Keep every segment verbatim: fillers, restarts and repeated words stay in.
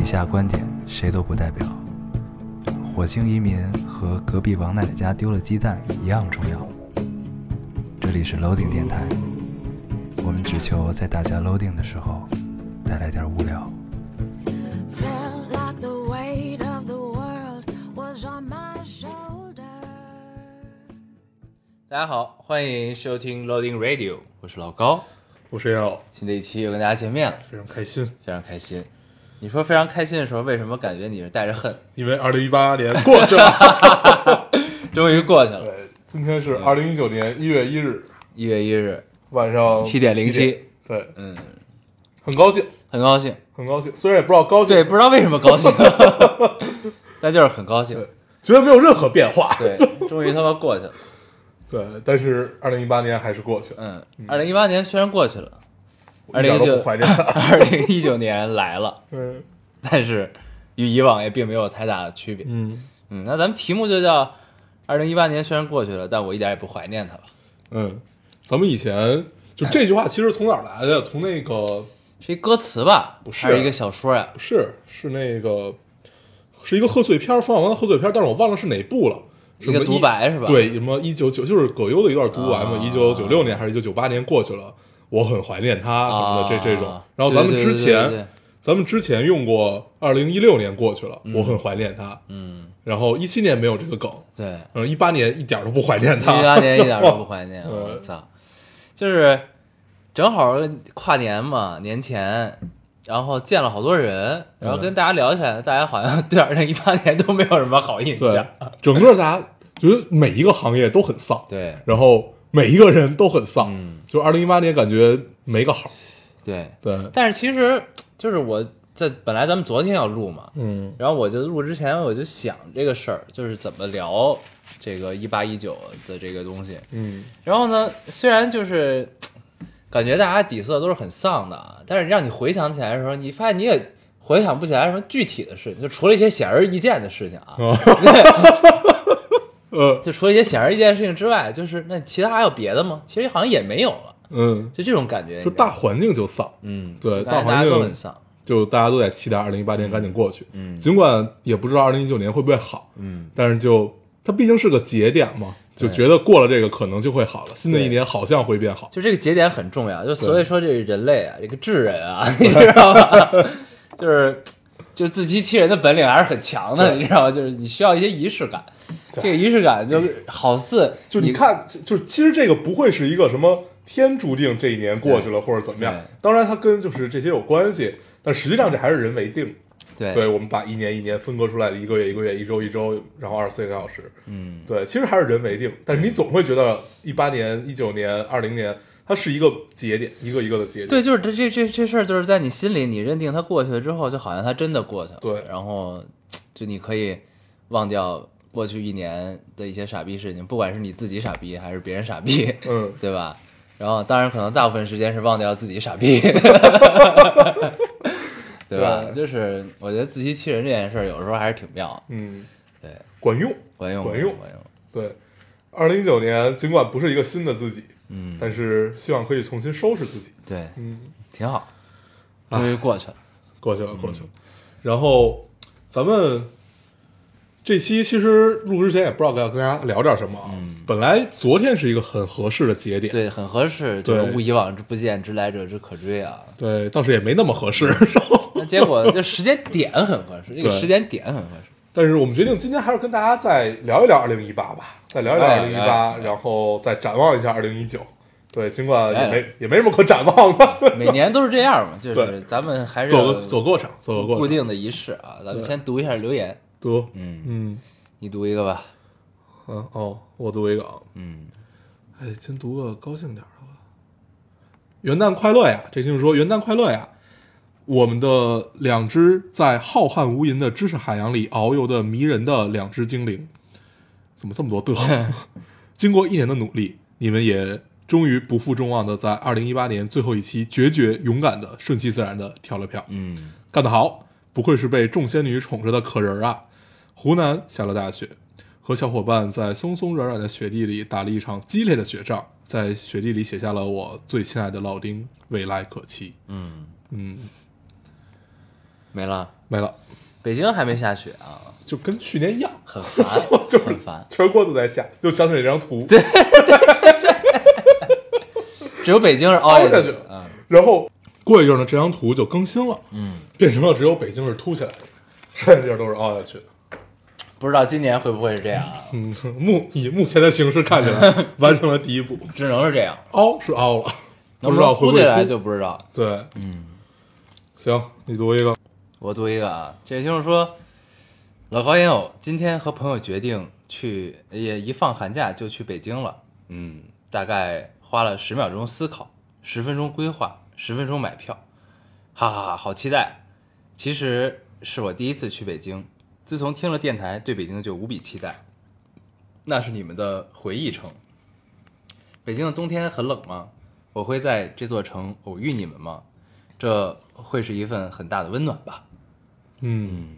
下观点谁都不代表。火星移民和隔壁王奶奶家丢了鸡蛋一样重要。这里是 Loading 电台，我们只求在大家 Loading 的时候带来点无聊。大家好，欢迎收听 Loading Radio， 我是老高， 我是杨老， 新的一期又跟大家见面了， 非常开心， 非常开心。你说非常开心的时候，为什么感觉你是带着恨？ 因为二零一八年过去了， 终于过去了。 对，今天是二零一九年一月一日， 一月一日晚上七点零七。 对， 嗯， 很高兴， 很高兴， 很高兴。虽然也不知道高兴， 对，不知道为什么高兴，但就是很高兴， 觉得没有任何变化。 对，终于他妈过去了。 对，但是二零一八年还是过去了。 嗯，二零一八年虽然过去了， 二零一九怀念它。 二零一九年来了， 嗯， 但是与以往也并没有太大的区别。 嗯嗯，那咱们题目就叫二零一八年虽然过去了，但我一点也不怀念它吧。 嗯，咱们以前就这句话其实从哪儿来的？从那个是一歌词吧？ 不是， 还是一个小说呀？ 不是，是那个是一个贺岁片，冯小刚的贺岁片，但是我忘了是哪部了。 一个独白是吧？ 对，什么一九九就是葛优的一段独白嘛，一九九六年还是一九九八年过去了，我很怀念他什么的这这种。然后咱们之前咱们之前用过二零一六年过去了，我很怀念他。嗯。然后一七年没有这个梗。对。嗯，一八年一点都不怀念他。 一八年一点都不怀念。我操！就是正好跨年嘛，年前。然后见了好多人，然后跟大家聊起来，嗯、大家好像对二零一八年都没有什么好印象。 整个大家觉得每一个行业都很丧， 对， 然后每一个人都很丧，嗯，就二零一八年感觉没个好。 对对， 但是其实就是我在本来咱们昨天要录嘛，嗯，然后我就录之前我就想这个事儿，就是怎么聊这个一八一九的这个东西，嗯，然后呢，虽然就是。感觉大家底色都是很丧的，但是让你回想起来的时候，你发现你也回想不起来什么具体的事情，就除了一些显而易见的事情啊，哦、对，就除了一些显而易见的事情之外，就是那其他还有别的吗？其实好像也没有了，嗯，就这种感觉， 就大环境就丧， 嗯， 对，大环境都很丧， 就大家都在期待二零一八年赶紧过去，嗯，尽管也不知道二零一九年会不会好，嗯，但是就它毕竟是个节点嘛。就觉得过了这个可能就会好了，新的一年好像会变好。就这个节点很重要，就所以说这人类啊，这个智人啊，你知道吧？就是就是自欺欺人的本领还是很强的，你知道吗？就是你需要一些仪式感，这个仪式感就好似就你看，就是其实这个不会是一个什么天注定这一年过去了或者怎么样，当然它跟就是这些有关系，但实际上这还是人为定。 对， 对，我们把一年一年分割出来的一个月一个月，一周一周，然后二十四个小时。嗯，对，其实还是人为定，但是你总会觉得一八年、一九年、二零年，它是一个节点，一个一个的节点。 对，就是这这这这事儿，就是在你心里，你认定它过去了之后，就好像它真的过去了。 对， 然后就你可以忘掉过去一年的一些傻逼事情，不管是你自己傻逼还是别人傻逼，嗯，对吧？然后当然可能大部分时间是忘掉自己傻逼。对吧？对，就是我觉得自欺欺人这件事儿，有时候还是挺妙的。 嗯， 对， 管用， 管用， 管用， 管用。 对，二零一九年尽管不是一个新的自己，嗯，但是希望可以重新收拾自己。 对，嗯，挺好，终于过去了， 过去了，过去了。然后咱们这期其实录之前也不知道要跟大家聊点什么啊。嗯，本来昨天是一个很合适的节点， 对，很合适，就是勿以往之不谏，知来者之可追啊。 对，倒是也没那么合适。 那结果就时间点很合适，这个时间点很合适。 但是我们决定今天还是跟大家再聊一聊二零一八吧，再聊一聊二零一八，然后再展望一下二零一九。对，尽管也没也没什么可展望的， 每年都是这样嘛，就是咱们还是走个走过场，走个过场， 固定的仪式啊。咱们先读一下留言， 读， 嗯嗯，你读一个吧。 嗯哦，我读一个啊，嗯，哎，先读个高兴点的吧。元旦快乐呀！这听说元旦快乐呀！我们的两只在浩瀚无垠的知识海洋里遨游的迷人的两只精灵，怎么这么多的？经过一年的努力，你们也终于不负众望的在二零一八年最后一期决绝勇敢的顺其自然的跳了票。嗯，干得好！不愧是被众仙女宠着的可人啊！湖南下了大雪，和小伙伴在松松软软的雪地里打了一场激烈的雪仗，在雪地里写下了我最亲爱的老丁，未来可期。嗯嗯。 没了， 没了。 北京还没下雪啊， 就跟去年一样， 很烦， 就是很烦， 全国都在下，就想起这张图， 对，只有北京是凹下去了，然后过一阵呢，这张图就更新了，嗯，变成了只有北京是凸起来的，剩下地儿都是凹下去的。 不知道今年会不会是这样啊？ 嗯，目以目前的形势看起来，完成了第一步， 只能是这样， 凹是凹了， 不知道会不会凸起来就不知道。 对，嗯，行，你读一个， 我读一个啊。这位听众说，老高烟友今天和朋友决定去，也一放寒假就去北京了。嗯，大概花了十秒钟思考，十分钟规划，十分钟买票，哈哈哈，好期待！其实是我第一次去北京。自从听了电台，对北京就无比期待。那是你们的回忆城。北京的冬天很冷吗？我会在这座城偶遇你们吗？这会是一份很大的温暖吧。 嗯，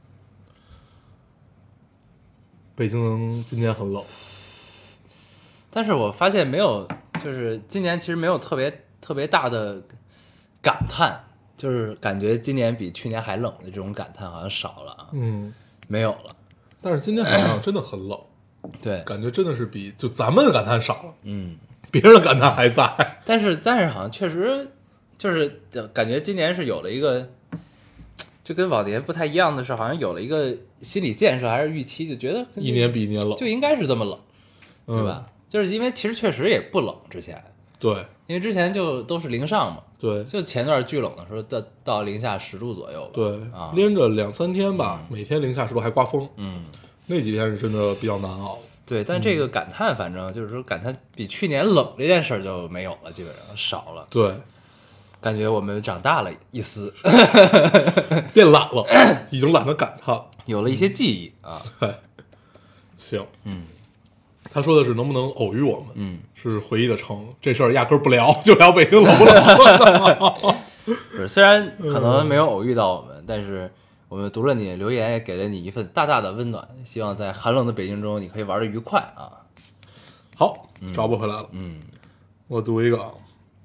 北京今年很冷， 但是我发现没有，就是今年其实没有特别特别大的感叹，就是感觉今年比去年还冷的这种感叹好像少了啊。 嗯。 没有了， 但是今天好像真的很冷， 对， 感觉真的是比就咱们的感叹少了， 嗯， 别人的感叹还在， 但是但是好像确实就是感觉今年是有了一个，就跟往年不太一样的是，好像有了一个心理建设还是预期，就觉得一年比一年冷， 就应该是这么冷，对吧？嗯、就是因为其实确实也不冷，之前对， 因为之前就都是零上嘛。 对， 就前段巨冷的时候，到到零下十度左右吧。 对， 啊， 连着两三天吧， 嗯、 每天零下十度还刮风。 嗯， 那几天是真的比较难熬。 对，但这个感叹，反正就是说感叹比去年冷这件事儿就没有了，基本上少了。 对， 感觉我们长大了一丝， 变懒了，已经懒得感叹， 有了一些记忆啊。 对，行， 嗯。 他说的是能不能偶遇我们， 嗯， 是回忆的城，这事儿压根儿不聊，就聊北京冷不冷。 不是，虽然可能没有偶遇到我们，嗯、但是我们读了你的留言，也给了你一份大大的温暖。希望在寒冷的北京中，你可以玩得愉快啊！ 好，找不回来了。 嗯， 我读一个啊，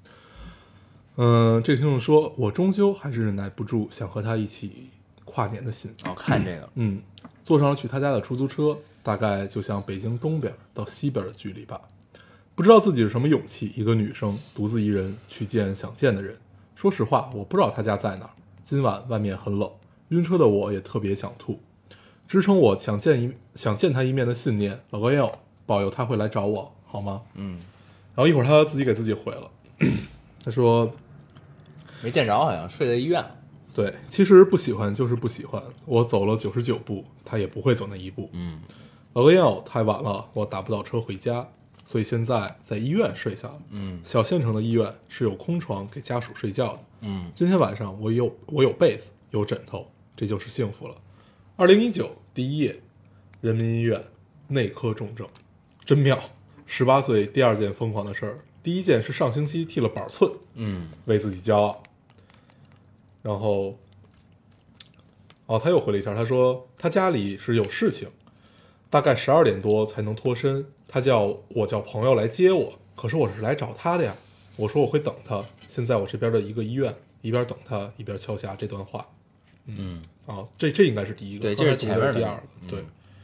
嗯，这个听众说，我终究还是忍耐不住想和他一起跨年的心。 哦，看这个， 嗯，坐上了去他家的出租车。大概就像北京东边到西边的距离吧，不知道自己是什么勇气，一个女生独自一人去见想见的人。说实话，我不知道他家在哪儿。今晚外面很冷，晕车的我也特别想吐。支撑我想见一想见他一面的信念，老高烟友保佑他会来找我，好吗？嗯。然后一会儿他自己给自己回了，他说没见着，好像睡在医院了。 对，其实不喜欢就是不喜欢，我走了九十九步，他也不会走那一步。 嗯。 老高烟友太晚了，我打不到车回家，所以现在在医院睡下了。 嗯， 小县城的医院是有空床给家属睡觉的。 嗯， 今天晚上我有我有被子，有枕头，这就是幸福了。二零一九第一夜，人民医院内科重症，真妙。十八岁第二件疯狂的事儿，第一件是上星期剃了板寸， 嗯， 为自己骄傲。然后，哦，他又回了一下，他说他家里是有事情。大概十二点多才能脱身，他叫我叫朋友来接我，可是我是来找他的呀。我说我会等他，现在我这边的一个医院，一边等他一边敲下这段话。嗯，啊，这这应该是第一个， 对，这是前面第二个，对，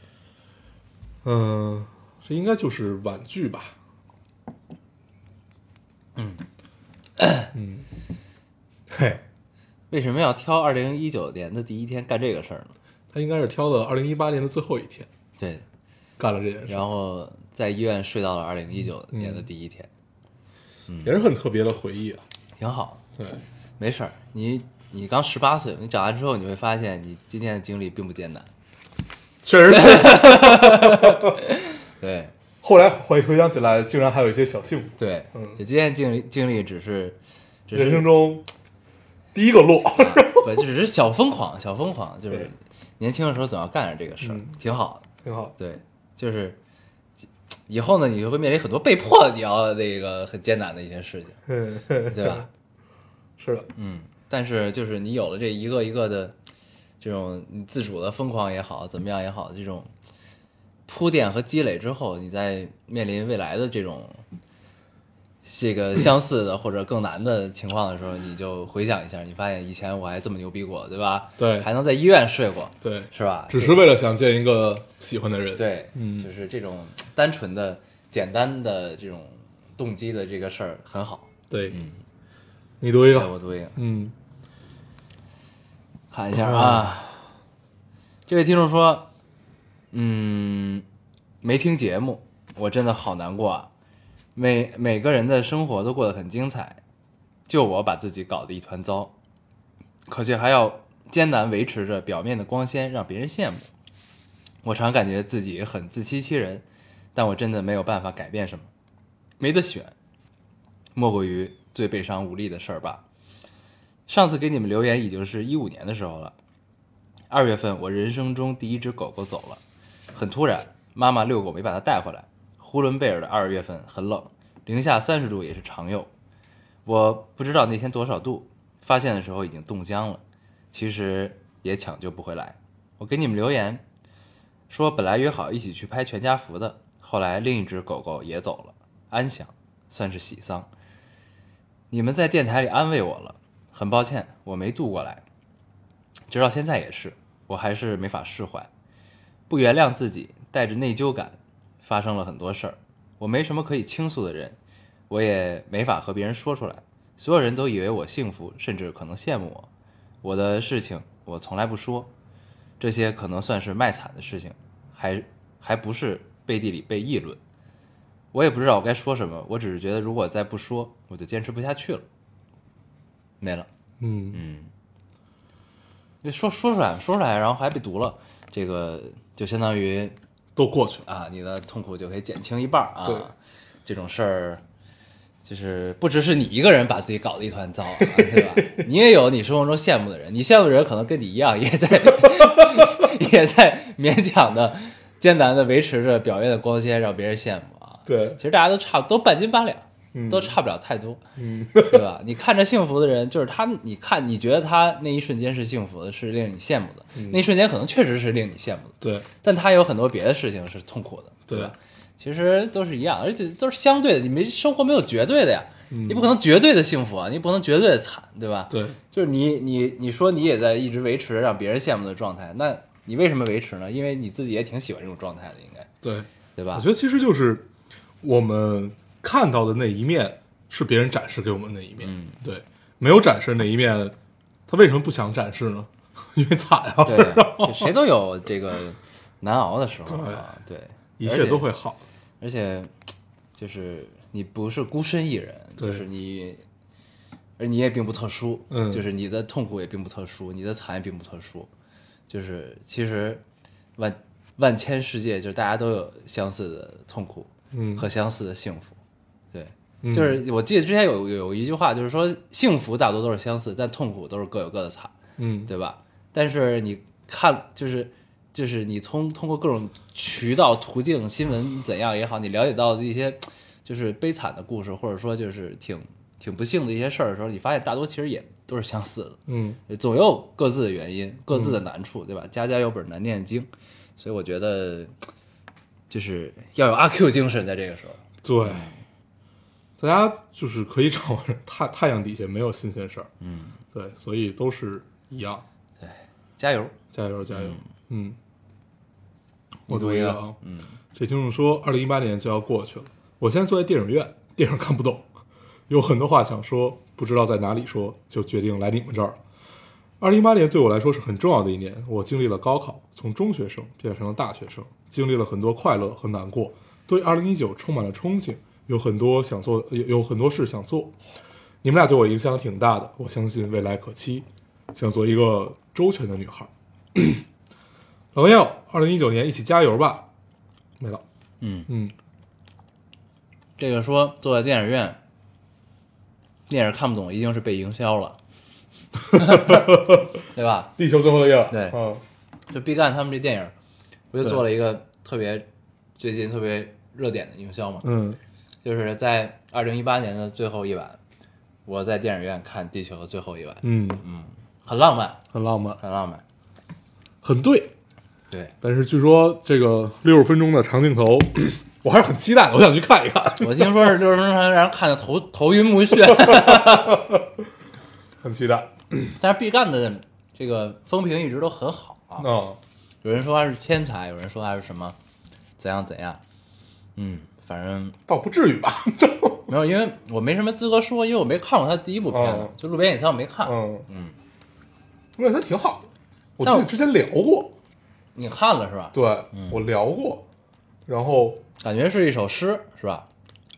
嗯、呃，这应该就是婉拒吧。 嗯嗯，嘿， 为什么要挑二零一九年的第一天干这个事儿呢？ 他应该是挑的二零一八年的最后一天。 对， 干了这件事， 然后在医院睡到了二零一九年的第一天， 嗯，也是很特别的回忆啊， 挺好。 对， 没事儿，你你刚十八岁，你长大之后你会发现，你今天的经历并不艰难， 确实是。 对， 后来回回想起来，竟然还有一些小幸福。 对， 嗯， 就今天经历经历只是，只是人生中第一个落， 啊、不，就只是小疯狂，小疯狂，就是年轻的时候总要干着这个事儿， 嗯， 挺好的。 挺好， 对，就是以后呢，你就会面临很多被迫的，你要那个很艰难的一些事情，对吧？ 是的， 嗯，但是就是你有了这一个一个的这种你自主的疯狂也好，怎么样也好，这种铺垫和积累之后，你在面临未来的这种这个相似的或者更难的情况的时候，你就回想一下，你发现以前我还这么牛逼过，对吧？ 对， 还能在医院睡过， 对， 是吧？ 只是为了想见一个喜欢的人。 对， 嗯， 就是这种单纯的、简单的这种动机的这个事儿很好。 对， 嗯， 你读一个， 我读一个， 嗯， 看一下啊。这位听众说，嗯，没听节目，我真的好难过啊。每每个人的生活都过得很精彩，就我把自己搞得一团糟，可却还要艰难维持着表面的光鲜，让别人羡慕。我常感觉自己很自欺欺人，但我真的没有办法改变什么，没得选，莫过于最悲伤无力的事儿吧。上次给你们留言已经是一五年的时候了。二月份我人生中第一只狗狗走了，很突然，妈妈遛狗没把它带回来。呼伦贝尔的二月份很冷，零下三十度也是常有。我不知道那天多少度，发现的时候已经冻僵了，其实也抢救不回来。我给你们留言说本来约好一起去拍全家福的，后来另一只狗狗也走了，安详，算是喜丧。你们在电台里安慰我了，很抱歉我没渡过来，直到现在也是，我还是没法释怀，不原谅自己，带着内疚感发生了很多事儿。我没什么可以倾诉的人，我也没法和别人说出来，所有人都以为我幸福，甚至可能羡慕我。我的事情我从来不说，这些可能算是卖惨的事情，还还不是背地里被议论。我也不知道我该说什么，我只是觉得如果再不说，我就坚持不下去了。没了。 嗯嗯，说说出来，说出来，然后还被读了，这个就相当于都过去了啊，你的痛苦就可以减轻一半啊。 对， 这种事儿就是不只是你一个人把自己搞得一团糟、啊，对吧？你也有你生活中羡慕的人，你羡慕的人可能跟你一样，也在也在勉强的、艰难的维持着表面的光鲜，让别人羡慕啊。 对， 其实大家都差都半斤八两。 嗯、 都差不了太多， 嗯， 对吧？你看着幸福的人，就是他，你看你觉得他那一瞬间是幸福的，是令你羡慕的， 嗯、 那一瞬间可能确实是令你羡慕的， 对。 但他有很多别的事情是痛苦的，对吧？其实都是一样，而且都是相对的，你没生活没有绝对的呀， 嗯、 你不可能绝对的幸福啊，你不能绝对的惨，对吧？ 对， 就是你你你说你也在一直维持让别人羡慕的状态，那你为什么维持呢？因为你自己也挺喜欢这种状态的，应该对对吧？ 我觉得其实就是我们看到的那一面。是别人展示给我们那一面， 嗯， 对，没有展示那一面，他为什么不想展示呢？因为惨啊， 对，谁都有这个难熬的时候啊，对， 一切都会好， 而且就是你不是孤身一人，就是你，而你也并不特殊， 嗯， 就是你的痛苦也并不特殊，你的惨也并不特殊，就是其实万万千世界，就是大家都有相似的痛苦， 嗯， 和相似的幸福，对。就是我记得之前有有一句话，就是说幸福大多都是相似，但痛苦都是各有各的惨， 嗯， 对吧？但是你看，就是就是你通通过各种渠道、途径、新闻怎样也好，你了解到的一些就是悲惨的故事，或者说就是挺挺不幸的一些事儿的时候，你发现大多其实也都是相似的， 嗯， 总有各自的原因、各自的难处，对吧？家家有本难念的经，所以我觉得就是要有阿 Q 精神，在这个时候， 对。大家就是可以掌握太太阳底下没有新鲜事儿， 嗯， 对，所以都是一样。 对，加油， 加油，加油，嗯。嗯我读一个啊， 嗯， 这听众说，二零一八年就要过去了，我现在坐在电影院，电影看不懂，有很多话想说，不知道在哪里说，就决定来你们这儿。二零一八年对我来说是很重要的一年，我经历了高考，从中学生变成了大学生，经历了很多快乐和难过，对二零一九充满了憧憬。有很多想做，有有很多事想做，你们俩对我影响挺大的，我相信未来可期，想做一个周全的女孩。老朋友，二零一九年一起加油吧！没了。 嗯嗯， 这个说坐在电影院，电影看不懂，一定是被营销了，对吧？ 地球最后的夜晚。 对， 嗯， 就毕赣他们这电影，不就做了一个特别最近特别热点的营销嘛？ 嗯。 就是在二零一八年的最后一晚，我在电影院看《地球的最后一晚》。 嗯嗯，很浪漫， 很浪漫， 很浪漫， 很对， 对。 但是据说这个六十分钟的长镜头，我还是很期待的，我想去看一看。 看。 我听说是六十分钟让人看的头头晕目眩， 很期待。 但是毕赣的这个风评一直都很好啊。 哦， 有人说他是天才，有人说他是什么怎样怎样。嗯，反正倒不至于吧。 没有，因为我没什么资格说，因为我没看过他第一部片子， 嗯、 就《路边野餐》我没看。 嗯嗯， 路边野餐挺好的，我记得之前聊过。 你看了是吧？ 对， 嗯、 我聊过，然后感觉是一首诗是吧？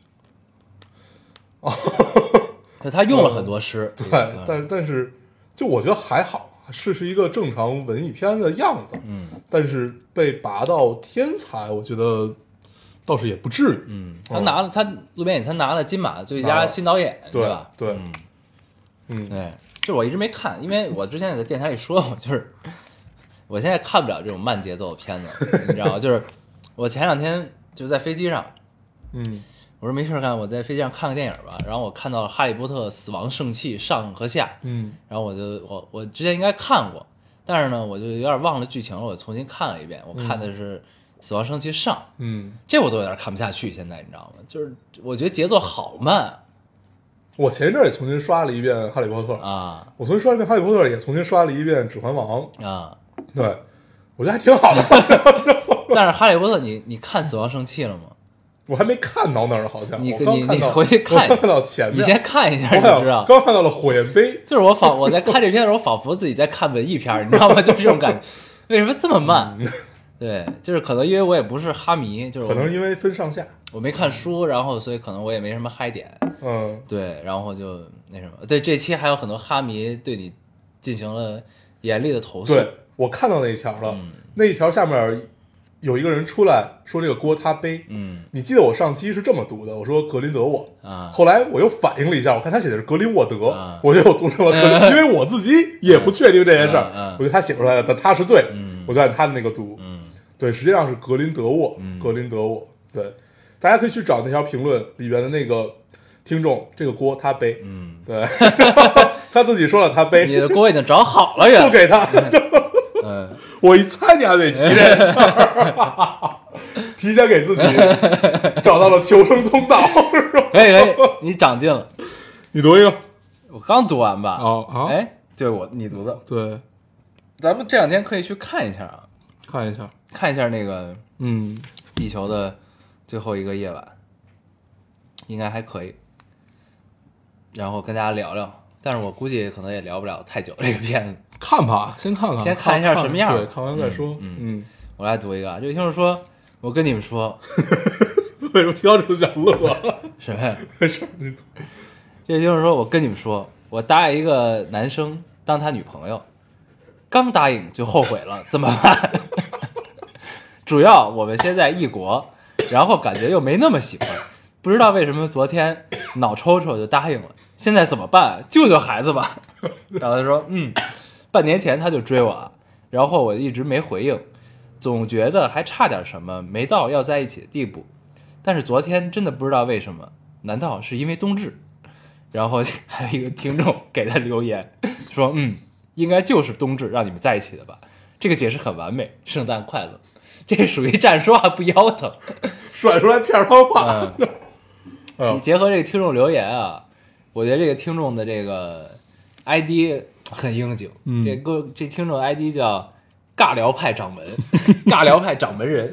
哦，就他用了很多诗。 嗯、对，但但是就我觉得还好，是是一个正常文艺片的样子。嗯，但是被拔到天才，我觉得倒是也不至于。 嗯，他拿了、嗯、他《路边野餐》拿了金马最佳新导演， 对吧？ 对， 嗯嗯， 对，就是我一直没看，因为我之前也在电台里说过，就是我现在看不了这种慢节奏的片子，你知道吗？就是我前两天就在飞机上， 嗯， 我说没事干，我在飞机上看个电影吧。然后我看到了《哈利波特：死亡圣器》上和下， 嗯， 然后我就我我之前应该看过，但是呢，我就有点忘了剧情了，我重新看了一遍。我看的是《死亡圣器》上， 嗯， 这我都有点看不下去。现在你知道吗？就是我觉得节奏好慢啊。 我前一阵也重新刷了一遍《哈利波特》 啊， 我重新刷了一遍《哈利波特》，也重新刷了一遍《指环王》 啊。 对，我觉得还挺好的。 但是《哈利波特》你，你你看《死亡圣器》了吗？ 我还没看到那儿，好像你我刚看到你你回去看， 看到前面， 你先看一下，你知道？ 刚看到了火焰杯， 就是我仿我在看这片的时候，仿佛自己在看文艺片，你知道吗？就是这种感觉。为什么这么慢？嗯、对，就是可能因为我也不是哈迷，就是可能因为分上下， 我没看书，然后所以可能我也没什么嗨点。 嗯， 对，然后就那什么，对，这期还有很多哈迷对你进行了严厉的投诉。 对，我看到那一条了，嗯、那一条下面有一个人出来说这个锅他背。嗯，你记得我上期是这么读的，我说格林德沃啊，后来我又反应了一下，我看他写的是格林沃德，啊、我就读成了格林，嗯、因为我自己也不确定这件事儿，嗯、我觉得他写出来的他他是对的，嗯、我就按他的那个读。嗯，对，实际上是格林德沃，嗯、格林德沃。对，大家可以去找那条评论里边的那个听众，这个锅他背。嗯，对，他自己说了他背， 你的锅已经找好了， 就给他。嗯，我一猜你还得提这事儿，提前给自己找到了求生通道。 可以可以，你长进了。 你读一个， 我刚读完吧？ 哦啊， 哎，对我你读的， 对， 咱们这两天可以去看一下啊， 看一下， 看一下那个嗯， 地球的最后一个夜晚，应该还可以。然后跟大家聊聊，但是我估计可能也聊不了太久这个片子。 看吧，先看看， 先看一下什么样。 对，看完再说。 嗯嗯，我来读一个啊，这个听众说，我跟你们说， 为什么听到这个想乐？ 什么呀？ 没事，你读。 这个听众说，我跟你们说，我答应一个男生当他女朋友，刚答应就后悔了，怎么办？主要我们现在异国，然后感觉又没那么喜欢，不知道为什么昨天脑抽抽就答应了，现在怎么办？救救孩子吧。然后他说，嗯。半年前他就追我，然后我一直没回应，总觉得还差点什么，没到要在一起的地步。但是昨天真的不知道为什么，难道是因为冬至？然后还有一个听众给他留言说，嗯，应该就是冬至让你们在一起的吧？这个解释很完美，圣诞快乐。这属于站说话不腰疼， 甩出来片儿话。 嗯，结合这个听众留言啊，我觉得这个听众的这个 I D。很应景，嗯、这个这听众 I D 叫尬聊派掌门，尬聊派掌门人。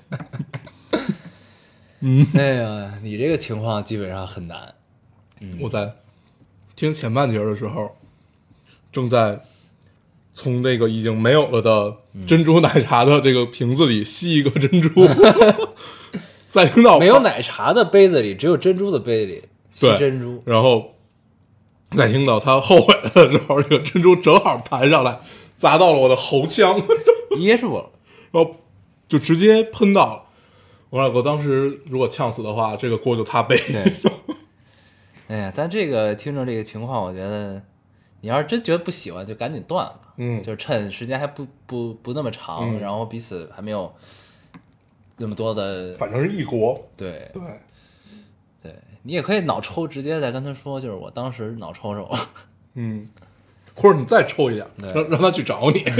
嗯，哎呀，你这个情况基本上很难。 嗯，我在听前半节的时候，正在从那个已经没有了的珍珠奶茶的这个瓶子里吸一个珍珠，再听到没有奶茶的杯子里，只有珍珠的杯子里吸珍珠， 然后。在听到他后悔了的时候，这个珍珠正好弹上来，砸到了我的喉腔， 噎住了， 然后就直接喷到了。我说我当时如果呛死的话，这个锅就他背。 哎呀，但这个听着这个情况，我觉得你要是真觉得不喜欢，就赶紧断了。嗯，就是趁时间还不不不那么长，嗯、然后彼此还没有那么多的， 反正是异国。 对对。 对，你也可以脑抽，直接再跟他说，就是我当时脑抽抽了， 嗯，或者你再抽一点，让让他去找你。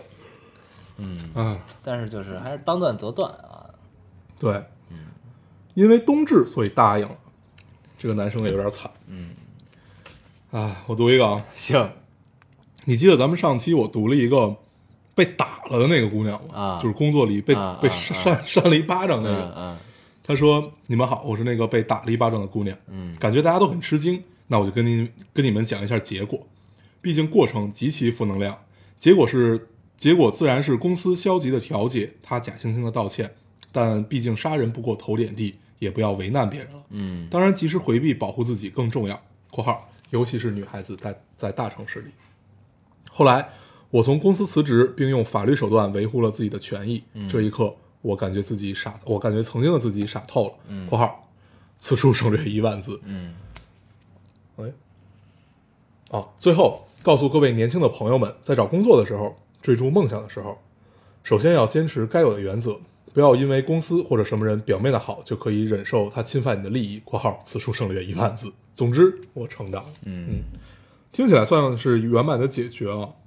嗯嗯，但是就是还是当断则断啊。 对， 嗯， 因为冬至所以答应了。这个男生也有点惨。嗯，啊，我读一个啊。 行， 你记得咱们上期我读了一个被打了的那个姑娘吗？ 啊， 就是工作里被、 啊、 被扇扇了一巴掌那个。 嗯嗯， 他说：“你们好，我是那个被打了一巴掌的姑娘。嗯，感觉大家都很吃惊，那我就跟你跟你们讲一下结果。毕竟过程极其负能量，结果是结果自然是公司消极的调解，他假惺惺的道歉。但毕竟杀人不过头点地，也不要为难别人了。嗯，当然及时回避，保护自己更重要。（括号尤其是女孩子在在大城市里。）后来我从公司辞职，并用法律手段维护了自己的权益。嗯、这一刻。”我感觉自己傻，我感觉曾经的自己傻透了。嗯，括号，此处省略一万字。嗯，喂，哦，最后告诉各位年轻的朋友们，在找工作的时候，追逐梦想的时候，首先要坚持该有的原则，不要因为公司或者什么人表面的好就可以忍受他侵犯你的利益。括号，此处省略一万字。总之，我成长了。嗯嗯，听起来算是圆满的解决啊，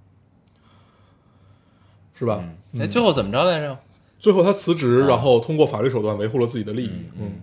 是吧？ 哎、嗯，最后怎么着来着？ 最后他辞职，然后通过法律手段维护了自己的利益。嗯，嗯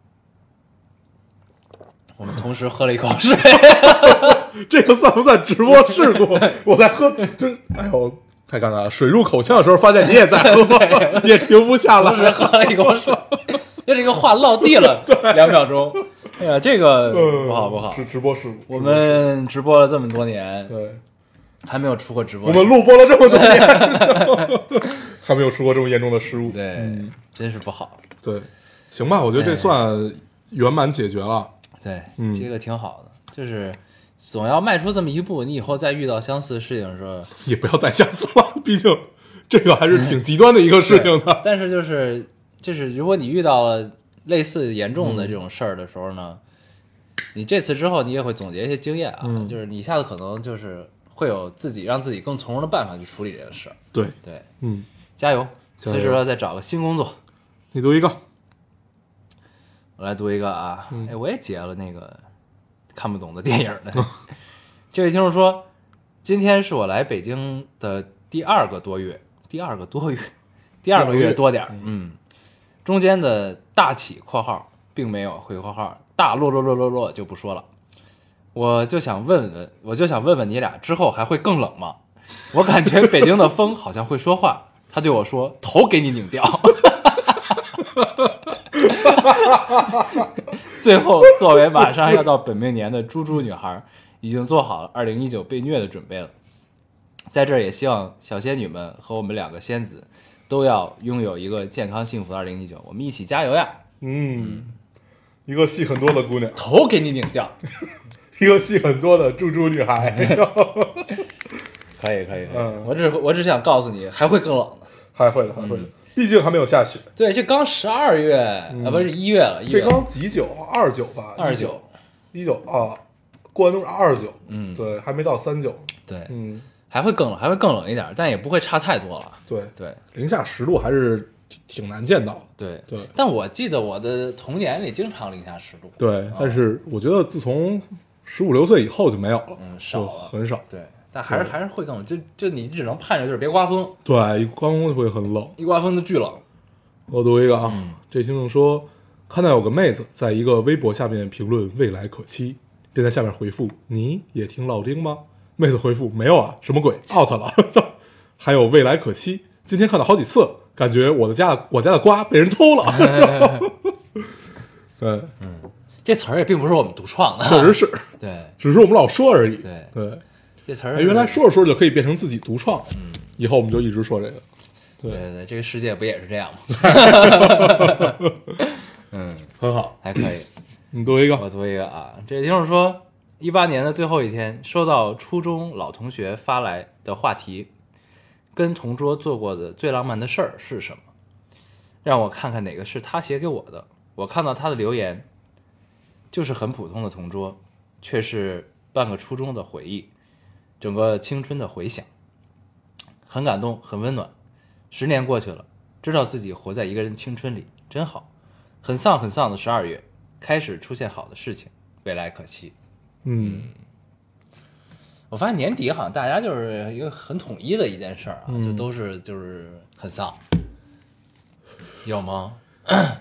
我们同时喝了一口水， 这个算不算直播事故？我在喝，就是哎呦，太尴尬了！水入口腔的时候，发现你也在喝，也停不下来， 同时喝了一口水，就这个话落地了两秒钟。哎呀，这个不好不好， 是直播事故。 我们直播了这么多年， 对， 还没有出过直播。 我们录播了这么多年。还没有出过这么严重的失误， 对，嗯、真是不好。 对，行吧，我觉得这算圆满解决了。 对，嗯，这个挺好的，就是总要迈出这么一步，你以后再遇到相似的事情的时候， 也不要再相似了，毕竟这个还是挺极端的一个事情的。 但是就是就是，如果你遇到了类似严重的这种事儿的时候呢，嗯、你这次之后你也会总结一些经验啊，嗯、就是你下次可能就是会有自己让自己更从容的办法去处理这个事儿。 对对， 嗯。 加油！辞职了再找个新工作。 你读一个， 我来读一个啊！嗯、哎，我也截了那个看不懂的电影的。这位听众说，今天是我来北京的第二个多月，第二个多月，第二个月多点儿，嗯，中间的大起（括号）并没有回括号，大落落落落落就不说了。我就想问问，我就想问问你俩，之后还会更冷吗？我感觉北京的风好像会说话。他对我说：“头给你拧掉。”最后，作为马上要到本命年的猪猪女孩，已经做好了二零一九被虐的准备了。在这儿也希望小仙女们和我们两个仙子都要拥有一个健康幸福的二零一九，我们一起加油呀！ 嗯，嗯一个戏很多的姑娘， 头给你拧掉。 一个戏很多的猪猪女孩。 可以可以，嗯，我只我只想告诉你，还会更冷的， 还会的，还会的，嗯、毕竟还没有下雪。 对，这刚十二月、嗯、啊，不是一月了， 这刚几九？二十九吧？ 二十九， 一九啊，过完冬二十九，嗯，对，还没到三九， 对，嗯，还会更冷，还会更冷一点，但也不会差太多了。 对对， 零下十度还是挺难见到的。 对对， 但我记得我的童年里经常零下十度。 对，哦、但是我觉得自从十五六岁以后就没有了， 嗯，少了， 很少。 对。但还是还是会更冷，就就你只能盼着就是别刮风。 对，一刮风就会很冷， 一刮风就巨冷。 我读一个啊，嗯、这听众说，看到有个妹子在一个微博下面评论未来可期，便在下面回复：“你也听老丁吗？”妹子回复：“没有啊，什么鬼 ，out 了。”还有未来可期，今天看到好几次，感觉我的家我家的瓜被人偷了。对， 嗯，这词儿也并不是我们独创的， 确实是， 对， 只是我们老说而已。 对对。 这词儿原来说着说着就可以变成自己独创，嗯，以后我们就一直说这个， 对对对，这个世界不也是这样吗？嗯， 很好， 还可以。 你读一个， 我读一个啊。这个听众说，一八年的最后一天，收到初中老同学发来的话题，跟同桌做过的最浪漫的事儿是什么？让我看看哪个是他写给我的。我看到他的留言，就是很普通的同桌，却是半个初中的回忆。整个青春的回响，很感动，很温暖。十年过去了，知道自己活在一个人青春里，真好。很丧很丧的十二月，开始出现好的事情，未来可期。嗯，我发现年底好像大家就是一个很统一的一件事啊，嗯、就都是就是很丧，有吗？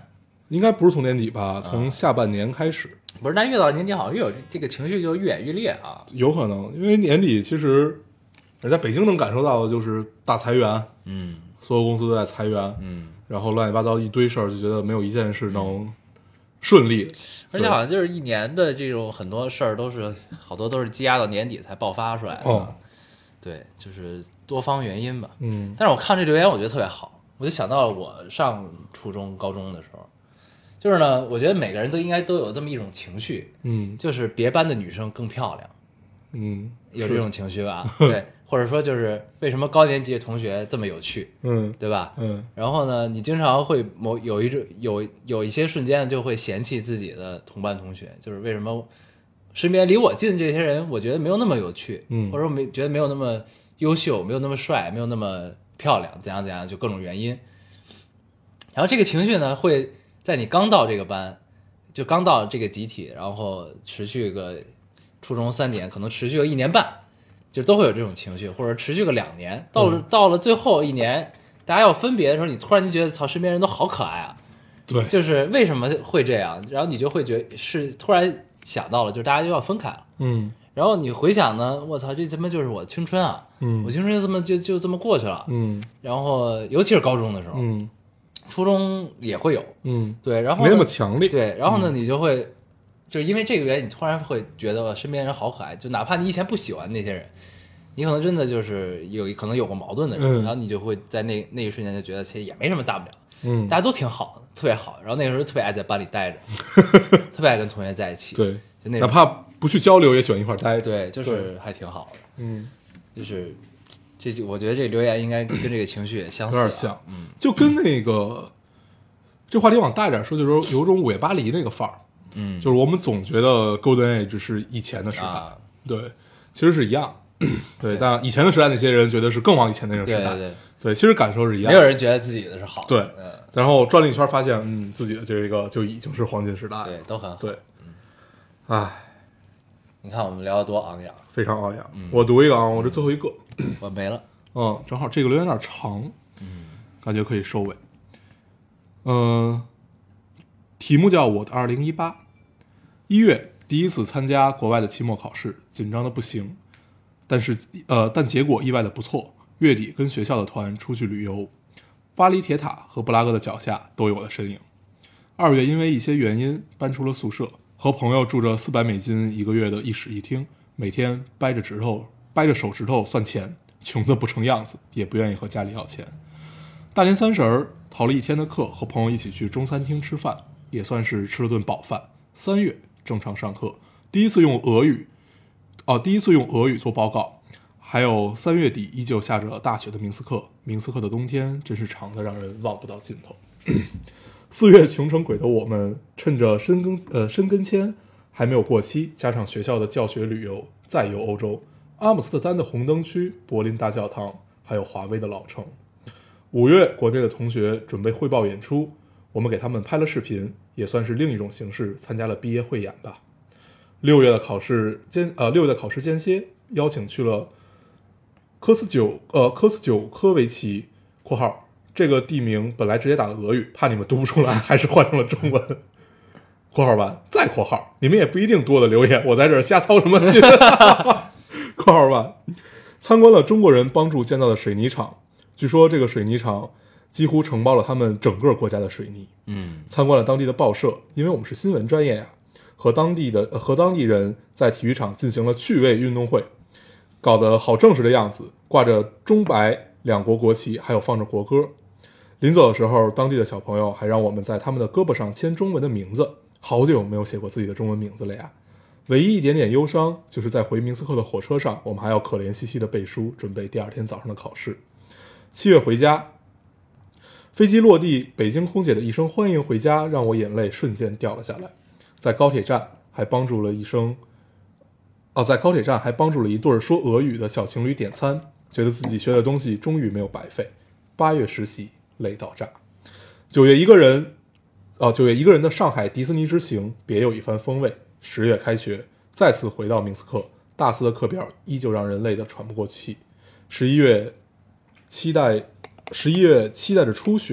应该不是从年底吧，从下半年开始。 不是，但越到年底好像越有这个情绪就越演越烈啊。 有可能，因为年底其实人在北京能感受到的就是大裁员，嗯，所有公司都在裁员，嗯，然后乱七八糟一堆事儿，就觉得没有一件事能顺利。 而且好像就是一年的这种很多事儿都是好多都是积压到年底才爆发出来的。 哦， 对，就是多方原因吧。 嗯， 但是我看这留言，我觉得特别好，我就想到了我上初中、高中的时候。就是呢，我觉得每个人都应该都有这么一种情绪， 嗯， 就是别班的女生更漂亮， 嗯， 有这种情绪吧？对，或者说就是为什么高年级的同学这么有趣， 嗯， 对吧？ 嗯， 然后呢，你经常会某有一种有有一些瞬间就会嫌弃自己的同班同学，就是为什么身边离我近这些人，我觉得没有那么有趣， 嗯， 或者说没觉得没有那么优秀，没有那么帅，没有那么漂亮，怎样怎样，就各种原因。然后这个情绪呢，会在你刚到这个班，就刚到这个集体，然后持续个初中三年，可能持续个一年半，就都会有这种情绪，或者持续个两年。到了、嗯、到了最后一年，大家要分别的时候，你突然就觉得，操，身边人都好可爱啊！ 对， 就是为什么会这样？然后你就会觉得是突然想到了，就是大家就要分开了。 嗯， 然后你回想呢，我操，这他妈就是我的青春啊！ 嗯， 我青春就这么就就这么过去了。 嗯， 然后尤其是高中的时候， 嗯。 初中也会有， 嗯， 对，然后没那么强烈， 对，然后呢，嗯、你就会，就是因为这个原因，你突然会觉得身边人好可爱，就哪怕你以前不喜欢那些人，你可能真的就是有可能有过矛盾的人，嗯、然后你就会在那那一瞬间就觉得其实也没什么大不了，嗯，大家都挺好的，特别好，然后那个时候特别爱在班里待着，特别爱跟同学在一起， 对， 就那哪怕不去交流也喜欢一块待着， 对，就是还挺好的， 嗯， 就是。这就我觉得这留言应该跟这个情绪也相似、啊， 有点像，嗯，就跟那个这话题往大一点说，就是有种午夜巴黎那个范儿，嗯，就是我们总觉得 Golden Age 是以前的时代，啊、对，其实是一样，对，对但以前的时代那些人觉得是更往以前那个时代， 对对对， 对，其实感受是一样的， 没有人觉得自己的是好的， 对， 嗯， 然后转了一圈发现，嗯，自己的这个就已经是黄金时代， 对，都很好， 对，嗯，唉。 你看我们聊得多昂扬， 非常昂扬。嗯、我读一个啊，我这最后一个， 我没了。 嗯，正好这个留言有点长，嗯，感觉可以收尾。嗯、呃，题目叫我的二零一八，一月第一次参加国外的期末考试，紧张的不行，但是呃，但结果意外的不错。月底跟学校的团出去旅游，巴黎铁塔和布拉格的脚下都有我的身影。二月因为一些原因搬出了宿舍。和朋友住着四百美金一个月的一室一厅，每天掰着指头掰着手指头算钱，穷得不成样子，也不愿意和家里要钱。大年三十儿逃了一天的课，和朋友一起去中餐厅吃饭，也算是吃了顿饱饭。三月正常上课，第一次用俄语，哦，第一次用俄语做报告。还有三月底依旧下着大雪的明斯克，明斯克的冬天真是长得让人望不到尽头。四月穷成鬼的我们，趁着申根呃申根签还没有过期，加上学校的教学旅游，再游欧洲，阿姆斯特丹的红灯区、柏林大教堂，还有华威的老城。五月，国内的同学准备汇报演出，我们给他们拍了视频，也算是另一种形式参加了毕业汇演吧。六月的考试间呃六月的考试间歇，邀请去了科斯九呃科斯九科维奇（括号）。这个地名本来直接打了俄语，怕你们读不出来，还是换成了中文。括号完再括号，你们也不一定多的留言，我在这儿瞎操什么心？括号完，参观了中国人帮助建造的水泥厂，据说这个水泥厂几乎承包了他们整个国家的水泥。嗯，参观了当地的报社，因为我们是新闻专业呀、啊，和当地的和当地人在体育场进行了趣味运动会，搞得好正式的样子，挂着中白两国国旗，还有放着国歌。临走的时候，当地的小朋友还让我们在他们的胳膊上签中文的名字，好久没有写过自己的中文名字了呀。唯一一点点忧伤，就是在回明斯克的火车上，我们还要可怜兮兮的背书，准备第二天早上的考试。七月回家，飞机落地，北京空姐的一声欢迎回家，让我眼泪瞬间掉了下来。在高铁站还帮助了一声，哦，在高铁站还帮助了一对说俄语的小情侣点餐，觉得自己学的东西终于没有白费。八月实习。累到炸。九月一个人，哦，九月一个人的上海迪士尼之行别有一番风味。十月开学，再次回到明斯克，大四的课表依旧让人累得喘不过气。十一月期待，十一月期待着初雪，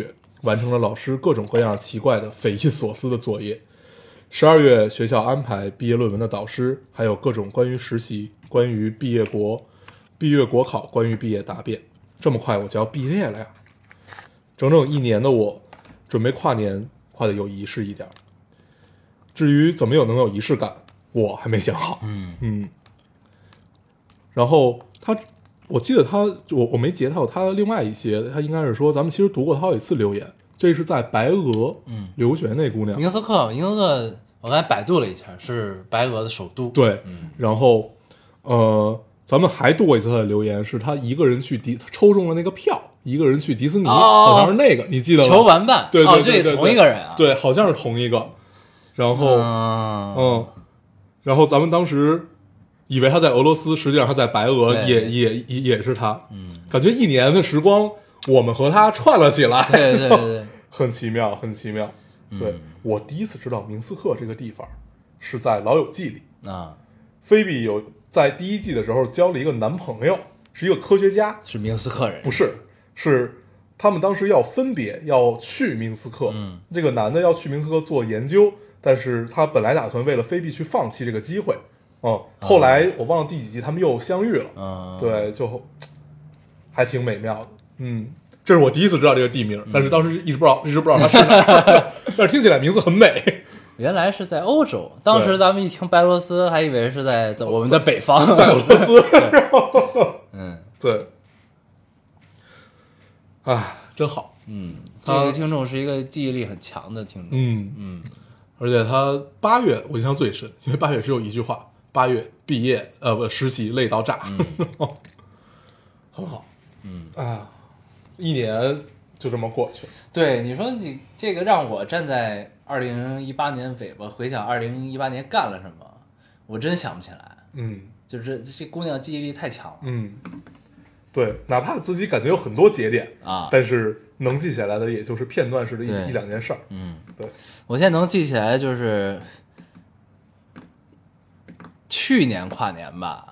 完成了老师各种各样奇怪的匪夷所思的作业。十二月学校安排毕业论文的导师，还有各种关于实习、关于毕业国、毕业国考、关于毕业答辩。这么快我就要毕业了呀！整整一年的我，准备跨年跨得有仪式一点。至于怎么有能有仪式感，我还没想好。嗯嗯。然后他，我记得他，我我没截到他另外一些，他应该是说咱们其实读过他好几次留言。这是在白俄嗯留学那姑娘， 明斯克，明斯克，我刚才百度了一下，是白俄的首都。 对，嗯，然后呃，咱们还读过一次他的留言，是他一个人去迪抽中了那个票，一个人去迪士尼，哦、好像是那个，你记得吗？ 求完办， 对对对 对, 对, 对, 对，同一个人啊， 对，好像是同一个。然后，嗯，嗯然后咱们当时以为他在俄罗斯，实际上他在白俄，也也也也是他。嗯，感觉一年的时光，我们和他串了起来。 对对对对。 很奇妙，很奇妙。对、嗯、我第一次知道明斯克这个地方，是在《老友记》里啊。菲比有在第一季的时候交了一个男朋友，是一个科学家， 是明斯克人？ 不是，是他们当时要分别要去明斯克。嗯，这个男的要去明斯克做研究，但是他本来打算为了菲比去放弃这个机会。嗯，后来我忘了第几季他们又相遇了。嗯，对，就还挺美妙的。嗯。这是我第一次知道这个地名，但是当时一直不知道，一直不知道它是哪儿，但是听起来名字很美。 原来是在欧洲，当时咱们一听白罗斯，还以为是在在我们的北方， 在俄罗斯。嗯，对。啊，真好。 嗯，这个听众是一个记忆力很强的听众。 嗯嗯，而且他八月我印象最深，因为八月只有一句话：八月毕业，呃不实习累到炸，嗯、很好。嗯啊。一年就这么过去了。 对，你说你这个让我站在二零一八年尾巴回想二零一八年干了什么，我真想不起来。嗯，就是这姑娘记忆力太强了。 嗯，对，哪怕自己感觉有很多节点啊，但是能记起来的也就是片段式的一一两件事儿。 嗯， 对， 我现在能记起来就是去年跨年吧。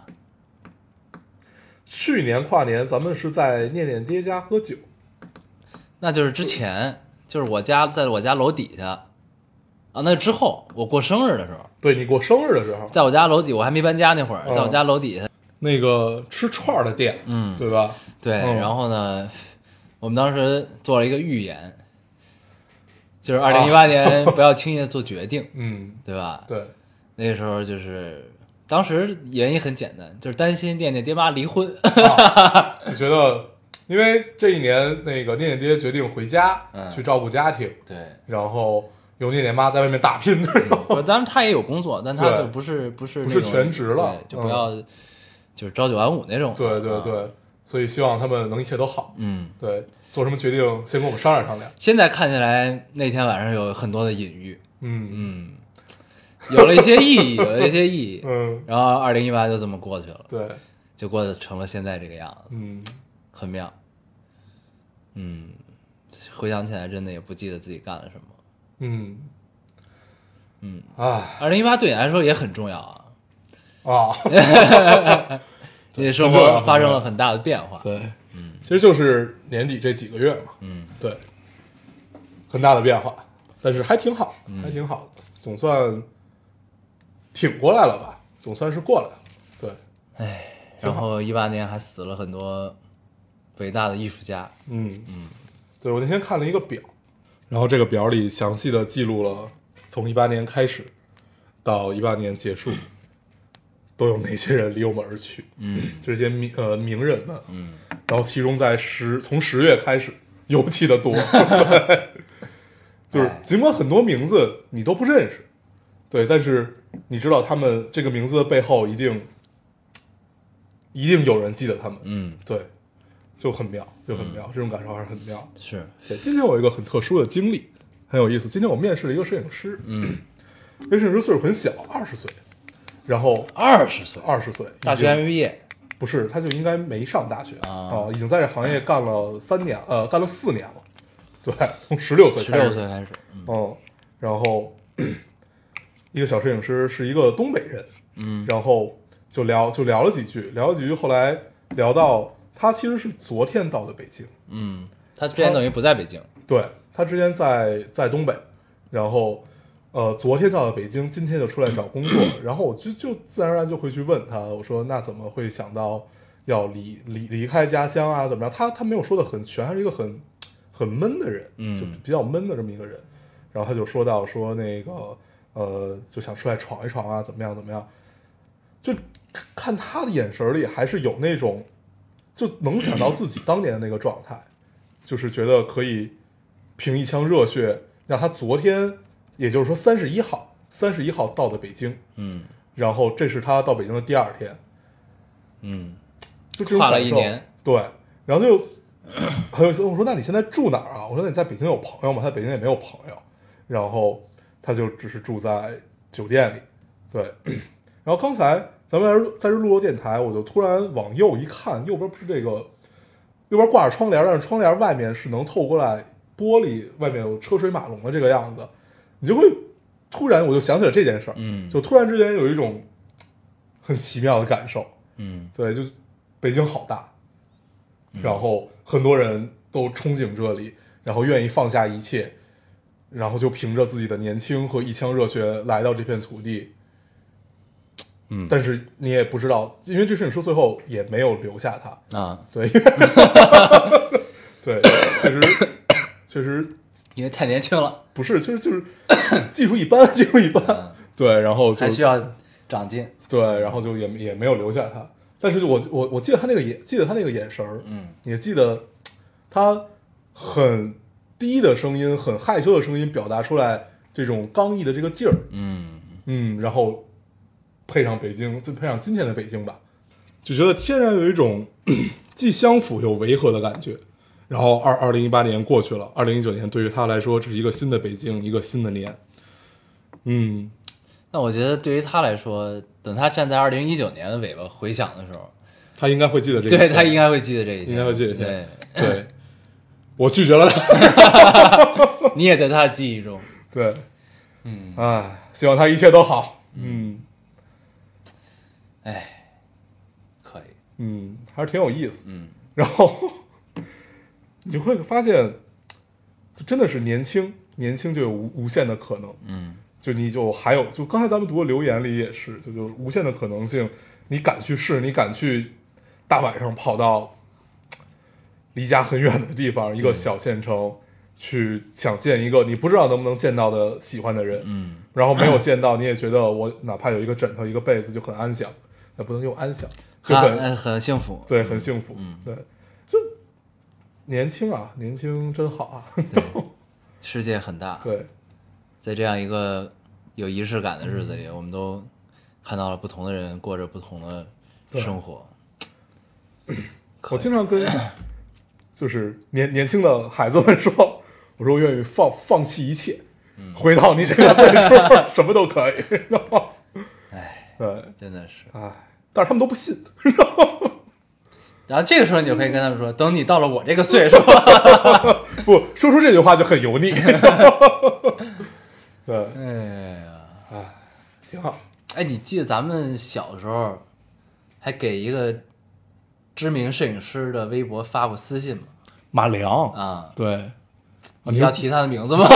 去年跨年咱们是在念念爹家喝酒， 那就是之前，就是我家在我家楼底下啊，那之后我过生日的时候， 对你过生日的时候， 在我家楼底，我还没搬家那会儿，在我家楼底下、 嗯、那个吃串的店，嗯，对吧？ 对、嗯，然后呢，我们当时做了一个预言，就是二零一八年不要轻易的做决定，嗯，对吧？ 对， 那个时候就是。当时原因很简单，就是担心念念爹妈离婚。 啊、你觉得，因为这一年那个念念爹决定回家、嗯、去照顾家庭， 对， 然后有念念妈在外面打拼。 嗯、当然他也有工作，但他就不是不是不是全职了， 就不要、嗯、就是朝九晚五那种。 对对对、嗯，所以希望他们能一切都好。嗯，对，做什么决定先跟我们商量商量。 现在看起来那天晚上有很多的隐喻。嗯嗯。有了一些意义，有了一些意义，嗯，然后二零一八就这么过去了， 对， 就过得成了现在这个样子， 嗯， 很妙，嗯，回想起来真的也不记得自己干了什么， 嗯， 嗯啊， 二零一八对你来说也很重要啊， 啊， 你生活发生了很大的变化， 对，嗯，其实就是年底这几个月嘛，嗯，对，很大的变化，但是还挺好，还挺好的，总算。挺过来了吧，总算是过来了。对， 哎，然后一八年还死了很多伟大的艺术家。 嗯嗯，对，我那天看了一个表，然后这个表里详细的记录了从一八年开始到一八年结束，都有哪些人离我们而去。嗯，这些名呃名人们。嗯，然后其中在十从十月开始尤其的多，对，就是尽管很多名字你都不认识，对，但是。你知道他们这个名字的背后一定一定有人记得他们，嗯，对，就很妙，就很妙，嗯、这种感受还是很妙。 是， 对。今天我有一个很特殊的经历，很有意思。今天我面试了一个摄影师，嗯，那摄影师岁数很小，二十岁，然后二十岁， 二十岁， 大学还没毕业， 不是，他就应该没上大学啊、呃，已经在这行业干了三年，呃，干了四年了，对，从十六岁开始， 十六岁开始， 嗯，嗯然后。一个小摄影师是一个东北人，嗯，然后就聊就聊了几句，聊了几句，后来聊到他其实是昨天到的北京， 嗯，他之前等于不在北京， 对， 他之前在在东北，然后呃昨天到了北京，今天就出来找工作，然后我就就自然而然就会去问他，我说那怎么会想到要离离离开家乡啊？怎么样？他他没有说的很全，他是一个很很闷的人， 嗯， 就比较闷的这么一个人。然后他就说到说那个呃就想出来闯一闯啊，怎么样怎么样？就看他的眼神里还是有那种，就能想到自己当年的那个状态，就是觉得可以凭一腔热血，让他昨天，也就是说三十一号，三十一号到的北京， 嗯， 然后这是他到北京的第二天， 嗯， 就这种跨了感受， 一年， 对，然后就很有意思。我说那你现在住哪儿啊？我说你在北京有朋友吗？他在北京也没有朋友，然后他就只是住在酒店里，对。然后刚才咱们在在这录播电台，我就突然往右一看，右边不是这个，右边挂着窗帘，但是窗帘外面是能透过来玻璃，外面有车水马龙的这个样子，你就会突然我就想起了这件事儿， 嗯， 就突然之间有一种很奇妙的感受， 嗯， 对，就北京好大，然后很多人都憧憬这里，然后愿意放下一切，然后就凭着自己的年轻和一腔热血来到这片土地。 嗯， 但是你也不知道，因为这事你说最后也没有留下他啊， 对，对，确实确实， 因为太年轻了， 不是，就是就是技术一般，技术一般，嗯、对，然后就还需要长进， 对，然后就也也没有留下他。但是就我我我记得他那个眼，记得他那个眼神儿， 嗯， 也记得他很低的声音，很害羞的声音，表达出来这种刚毅的这个劲儿， 嗯嗯，然后。配上北京，就配上今天的北京吧，就觉得天然有一种既相符又违和的感觉。然后二二零一八年过去了，二零一九年对于他来说，这是一个新的北京，一个新的年。嗯， 那我觉得对于他来说，等他站在二零一九年的尾巴回想的时候， 他应该会记得这一天。对他应该会记得这一天， 应该会记得这一天。 对，对我拒绝了他。 你也在他的记忆中。 对， 嗯， 哎，希望他一切都好。嗯。 哎，可以， 嗯，还是挺有意思。 嗯， 然后你会发现，就真的是年轻，年轻就有无无限的可能。 嗯， 就你就还有，就刚才咱们读的留言里也是，就就无限的可能性。你敢去试，你敢去大晚上跑到离家很远的地方，一个小县城，去想见一个你不知道能不能见到的喜欢的人。 嗯， 然后没有见到，你也觉得我哪怕有一个枕头一个被子就很安详。那不能用安详，就很、 啊、很幸福， 对，很幸福， 嗯， 对，就年轻啊，年轻真好啊， 对，世界很大， 对， 在这样一个有仪式感的日子里，嗯、我们都看到了不同的人过着不同的生活。 我经常跟就是年年轻的孩子们说，我说我愿意放放弃一切，嗯、回到你这个岁数，什么都可以。 哎， 对， 真的是， 哎，但是他们都不信。 然后这个时候你就可以跟他们说，等你到了我这个岁数， 不说出这句话就很油腻。对， 哎呀， 哎，挺好。 哎，你记得咱们小时候还给一个知名摄影师的微博发过私信吗？ 马良啊， 对， 你要提他的名字吗？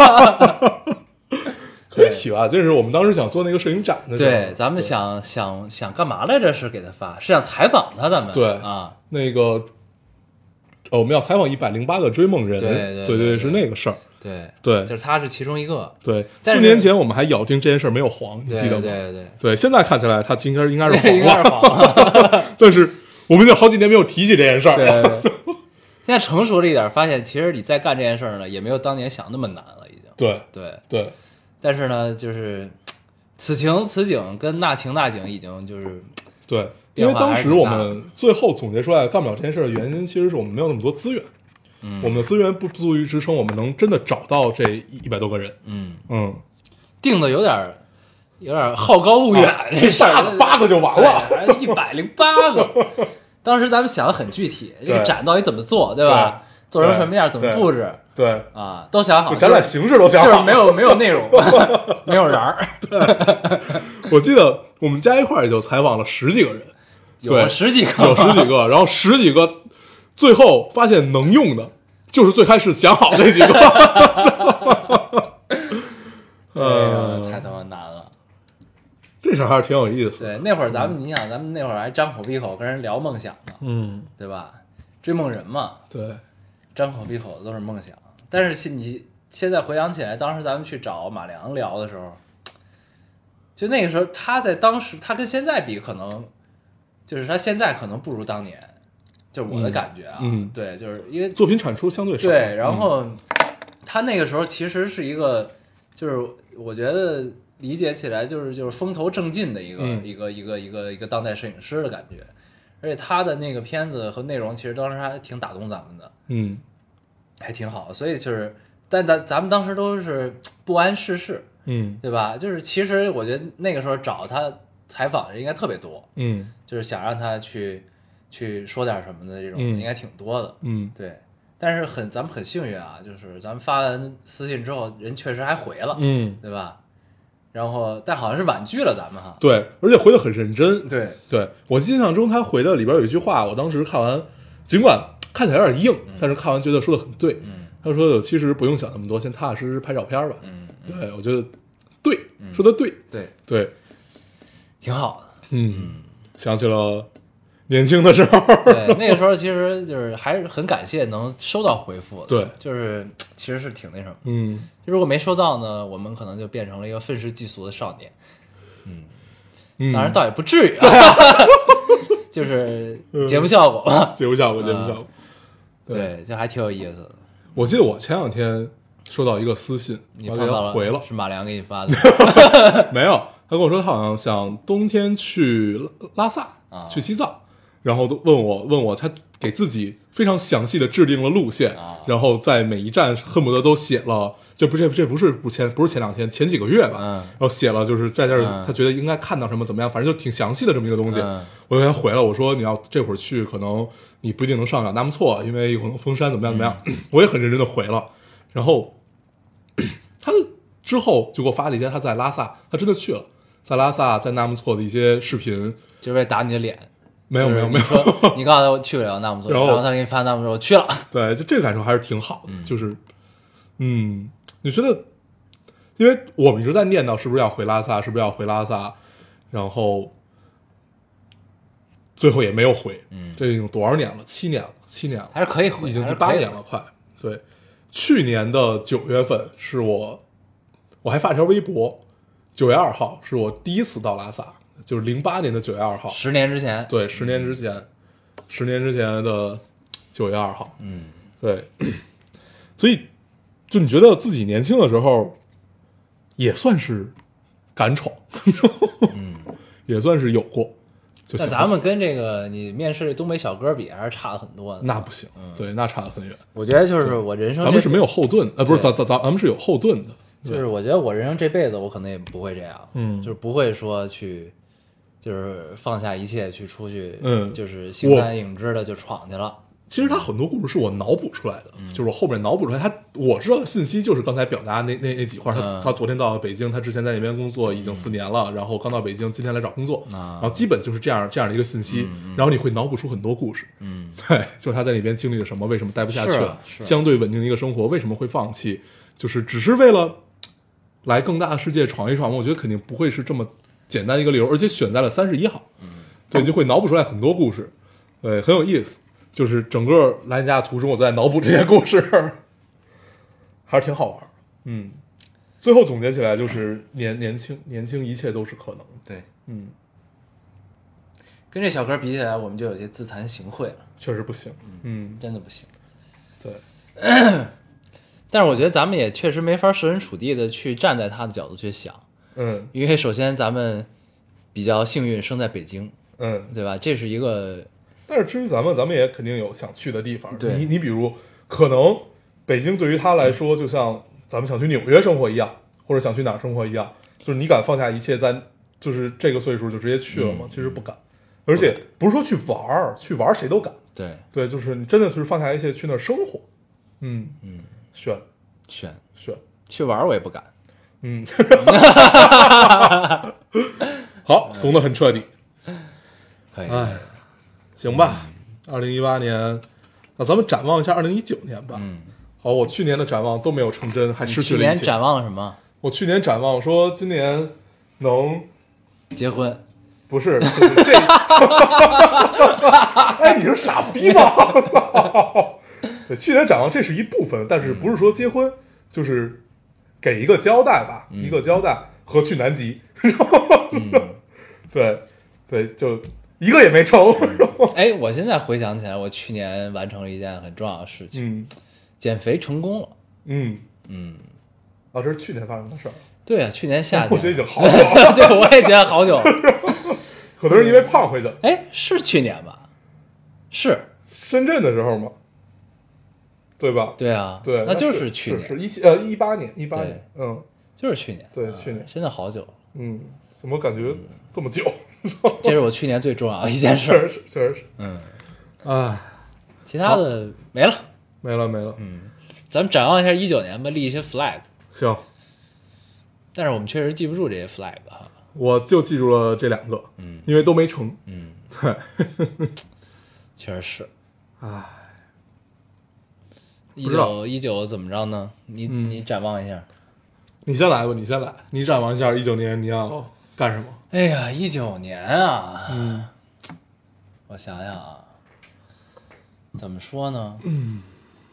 可以提吧，这是我们当时想做那个摄影展的时候。 对，咱们想想想干嘛来着？是给他发，是想采访他。咱们对啊， 那个，呃，我们要采访一百零八个追梦人。 对对对对对， 是那个事儿。 对对， 就是他是其中一个。 对，四年前我们还咬定这件事儿没有黄，你记得吗？ 对对对对，现在看起来他应该应该是黄了， 应该是黄了。 但是我们已经好几年没有提起这件事儿了。对对。现在成熟了一点，发现其实你再干这件事儿呢，也没有当年想那么难了，已经。 对对对。 但是呢，就是此情此景跟那情那景已经就是对，因为当时我们最后总结出来干不了这件事的原因，其实是我们没有那么多资源，嗯，我们的资源不足以支撑我们能真的找到这一百多个人， 嗯嗯， 定的有点有点好高骛远，这事儿八个就完了， 一百零八个。当时咱们想的很具体，这个展到底怎么做，对吧？做成什么样，怎么布置？ 对啊，都想好， 展览形式都想好， 就是没有没有内容，没有人儿。 我记得我们加一块儿也就采访了十几个人， 有十几个， 有十几个，然后十几个，最后发现能用的就是最开始想好这几个。 呃，太他妈难了。 这事儿还是挺有意思的。 对，那会儿咱们，你想，咱们那会儿还张口闭口跟人聊梦想呢， 嗯， 对吧？追梦人嘛， 对， 张口闭口的都是梦想。但是你现在回想起来，当时咱们去找马良聊的时候，就那个时候他在当时，他跟现在比，可能就是他现在可能不如当年，就是我的感觉啊。 嗯，嗯对，就是因为作品产出相对少。 对，然后、嗯、他那个时候其实是一个，就是我觉得。理解起来就是就是风头正劲的一个、嗯、一个一个一个一个当代摄影师的感觉，而且他的那个片子和内容其实当时还挺打动咱们的， 嗯， 还挺好，所以就是，但咱咱们当时都是不谙世事， 嗯， 对吧？就是其实我觉得那个时候找他采访的人应该特别多， 嗯， 就是想让他去去说点什么的这种应该挺多的， 嗯， 对。但是很咱们很幸运啊，就是咱们发完私信之后，人确实还回了， 嗯， 对吧？然后，但好像是婉拒了咱们哈。 对，而且回的很认真。 对， 对我印象中他回的里边有一句话，我当时看完，尽管看起来有点硬，嗯、但是看完觉得说的很对。 嗯， 他说其实不用想那么多，先踏踏实实拍照片吧。 嗯， 对我觉得对，嗯、说的对， 对对， 挺好的。 嗯，想起了年轻的时候。 对，那个时候其实就是还是很感谢能收到回复的。 对， 就是其实是挺那什么。 嗯。 如果没收到呢，我们可能就变成了一个愤世嫉俗的少年。嗯，当然倒也不至于啊，就是节目效果嘛， 节目效果，节目效果。 对，这还挺有意思的。 我记得我前两天收到一个私信， 你碰到了， 回了， 是马良给你发的？ 没有，他跟我说他好像想冬天去拉萨，去西藏，然后都问我问我他。给自己非常详细的制定了路线， 啊、 然后在每一站恨不得都写了，就不这这不是不前不是前两天前几个月吧， 嗯、 然后写了就是在这儿他觉得应该看到什么怎么样，反正就挺详细的这么一个东西。 嗯、 我就给他回了，我说你要这会儿去，可能你不一定能上不了纳木错，因为有可能封山怎么样怎么样。嗯、我也很认真的回了，然后他之后就给我发了一些他在拉萨，他真的去了，在拉萨在纳木错的一些视频， 就为打你的脸。 没有没有没有， 你告诉他我去不了纳木错，然后他给你发纳木错，我去了。 对，就这个感受还是挺好的，嗯、就是，嗯，你觉得，因为我们一直在念叨是不是要回拉萨，是不是要回拉萨，然后最后也没有回， 嗯， 这已经多少年了？七年了，七年了， 还是可以回， 已经第八年了，快。对，去年的九月份是我，我还发一条微博，九月二号是我第一次到拉萨。就是零八年的九月二号， 十年之前， 对，十年之前，十年之前的九月二号， 嗯， 对，所以就你觉得自己年轻的时候也算是敢闯， 嗯， 也算是有过。 那咱们跟这个你面试东北小哥比，还是差了很多的。 那不行，嗯、对，那差得很远。 我觉得就是我人生， 咱们是没有后盾，呃，不是，咱咱咱咱们是有后盾的。 就是我觉得我人生这辈子，我可能也不会这样， 嗯， 就是不会说去。就是放下一切去出去， 嗯， 就是形单影只的就闯去了。 其实他很多故事是我脑补出来的，嗯、就是我后面脑补出来。他我知道的信息就是刚才表达那那那几块。他、嗯、他昨天到北京，他之前在那边工作已经四年了，嗯、然后刚到北京，今天来找工作， 啊、 然后基本就是这样这样的一个信息。 嗯、 然后你会脑补出很多故事， 嗯， 对，就是他在那边经历了什么，为什么待不下去了，相对稳定的一个生活，为什么会放弃，就是只是为了来更大的世界闯一闯。我觉得肯定不会是这么简单一个理由，而且选在了三十一号， 嗯， 对，就会脑补出来很多故事，对，很有意思。就是整个来你家的途中，我在脑补这些故事，还是挺好玩。嗯，最后总结起来就是年年轻，年轻一切都是可能。 对， 嗯， 跟这小哥比起来，我们就有些自惭形秽了， 确实不行。 嗯，真的不行。 对， 但是我觉得咱们也确实没法设身处地的去站在他的角度去想。 嗯， 因为首先咱们比较幸运生在北京， 嗯， 对吧？这是一个。 但是至于咱们，咱们也肯定有想去的地方。 对， 你你比如，可能北京对于他来说，就像咱们想去纽约生活一样，或者想去哪儿生活一样，就是你敢放下一切在，就是这个岁数就直接去了吗？ 嗯、 其实不敢，而且不是说去玩儿，去玩儿谁都敢。 对对，就是你真的是放下一切去那儿生活。嗯嗯， 选选选去玩我也不敢。 嗯，好，怂得很彻底。 可以。 哎。行吧，二零一八年， 那咱们展望一下二零一九年吧。 嗯， 好，我去年的展望都没有成真，还失去了一切。 去年展望什么？ 我去年展望说今年能结婚。 不是，就是这，哎，你是傻逼吗？对，去年展望这是一部分，但是不是说结婚，就是给一个交代吧， 嗯、 一个交代和去南极。 嗯、 对，对，就一个也没成。 哎，我现在回想起来，我去年完成了一件很重要的事情， 嗯， 减肥成功了。 嗯嗯， 啊，这是去年发生的事儿。 对啊，去年夏天， 我觉得已经好久了。 对，我也觉得好久了。 可能是因为胖回去。 哎，是去年吧？是深圳的时候吗？对吧？ 对啊， 对， 那就是去年， 是一七呃一八年，一八年，嗯， 就是去年， 对，去年， 真的好久了。 嗯，怎么感觉这么久？ 这是我去年最重要的一件事， 确实是，确实是， 嗯， 哎， 其他的没了， 没了，没了， 嗯，咱们展望一下一九年吧，立一些 flag。 行， 但是我们确实记不住这些 flag 哈。 我就记住了这两个， 嗯， 因为都没成， 嗯， 对， 确实是， 唉， 一九一九怎么着呢？你、 嗯、 你展望一下， 你先来吧，你先来，你展望一下一九年你要干什么？ 哎呀，一九年啊， 嗯， 我想想啊，怎么说呢？ 嗯，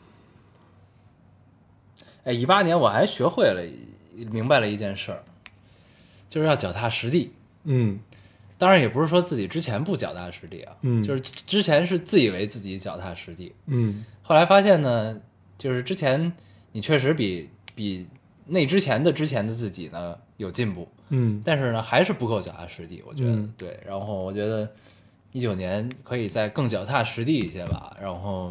哎，一八年我还学会了，明白了一件事儿。就是要脚踏实地， 嗯， 当然也不是说自己之前不脚踏实地啊， 嗯， 就是之前是自以为自己脚踏实地， 嗯， 后来发现呢，就是之前你确实比比那之前的之前的自己呢有进步， 嗯， 但是呢还是不够脚踏实地，我觉得、 嗯、 对，然后我觉得一九年可以再更脚踏实地一些吧，然后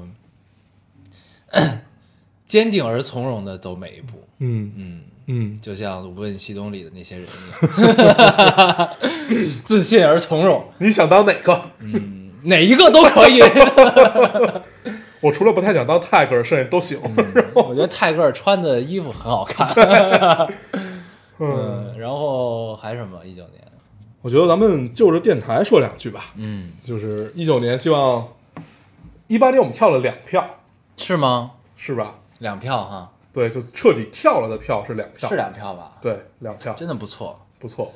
坚定而从容的走每一步， 嗯嗯。 嗯， 就像《鲁滨西东》里的那些人一样，自信而从容。 你想当哪个？ 嗯，哪一个都可以。 我除了不太想当泰戈尔，剩下都行。 嗯、我觉得泰戈尔穿的衣服很好看。嗯，然后还什么？一九年， 我觉得咱们就着电台说两句吧。 嗯， 就是一九年，希望一八年我们跳了两票， 是吗？ 是吧？ 两票哈。 对，就彻底跳了的票是两票， 是两票吧？ 对，两票， 真的不错， 不错，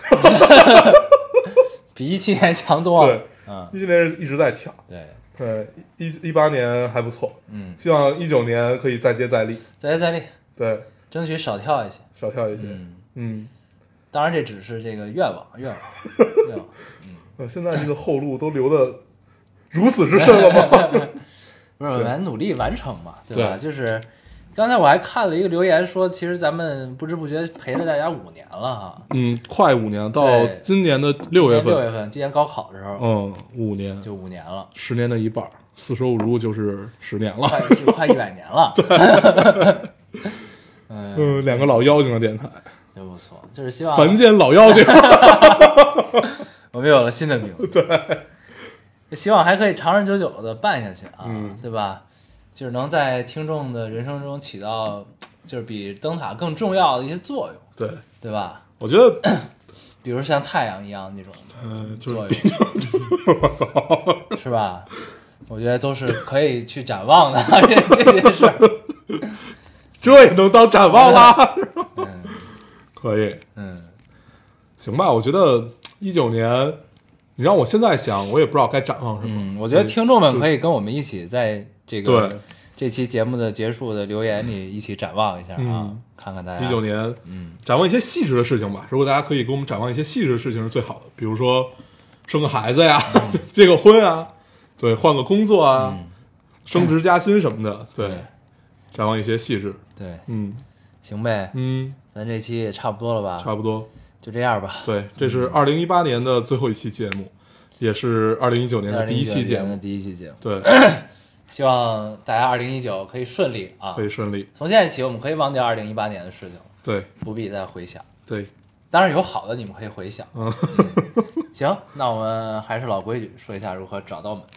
比一七年强多了。 对， 嗯， 一七年是一直在跳， 对， 对，一一八年还不错， 嗯， 希望一九年可以再接再厉， 再接再厉， 对， 争取少跳一些， 少跳一些， 嗯嗯， 当然这只是这个愿望，愿望，愿望， 嗯，现在这个后路都留的如此之深了吗？ 不是，我们努力完成嘛，对吧？对，就是刚才我还看了一个留言说，其实咱们不知不觉陪了大家五年了哈。 嗯，快五年，到今年的六月份， 六月份，今年高考的时候， 嗯，五年， 就五年了， 十年的一半，四舍五入就是十年了， 快就快一百年了。 对， 嗯, 嗯，两个老妖精的电台， 真不错，就是希望凡间老妖精， 我们有了新的名字， 对。 希望还可以长长久久的办下去啊， 嗯、 对吧？就是能在听众的人生中起到，就是比灯塔更重要的一些作用， 对对吧？ 我觉得， 比如像太阳一样那种作用， 呃、我操， 是吧？我觉得都是可以去展望的这这件事， 这也能当展望啦？ 嗯， 可以， 嗯， 行吧？我觉得一九年。你让我现在想，我也不知道该展望什么。 嗯，我觉得听众们可以跟我们一起在这个对这期节目的结束的留言里一起展望一下啊， 嗯、 看看大家一九年， 嗯， 展望一些细致的事情吧。如果大家可以给我们展望一些细致的事情是最好的，比如说生个孩子呀，嗯、结个婚啊，对，换个工作啊， 嗯、 升职加薪什么的，对， 对展望一些细致。 对， 嗯， 行呗， 嗯， 咱这期也差不多了吧？ 差不多。 就这样吧。 对，这是二零一八年的最后一期节目，也是二零一九年的第一期节目。 第一期节目。 对， 希望大家二零一九可以顺利啊， 可以顺利。 从现在起，我们可以忘掉二零一八年的事情， 对， 不必再回想。 对， 当然有好的你们可以回想。 嗯， 行，那我们还是老规矩，说一下如何找到我们。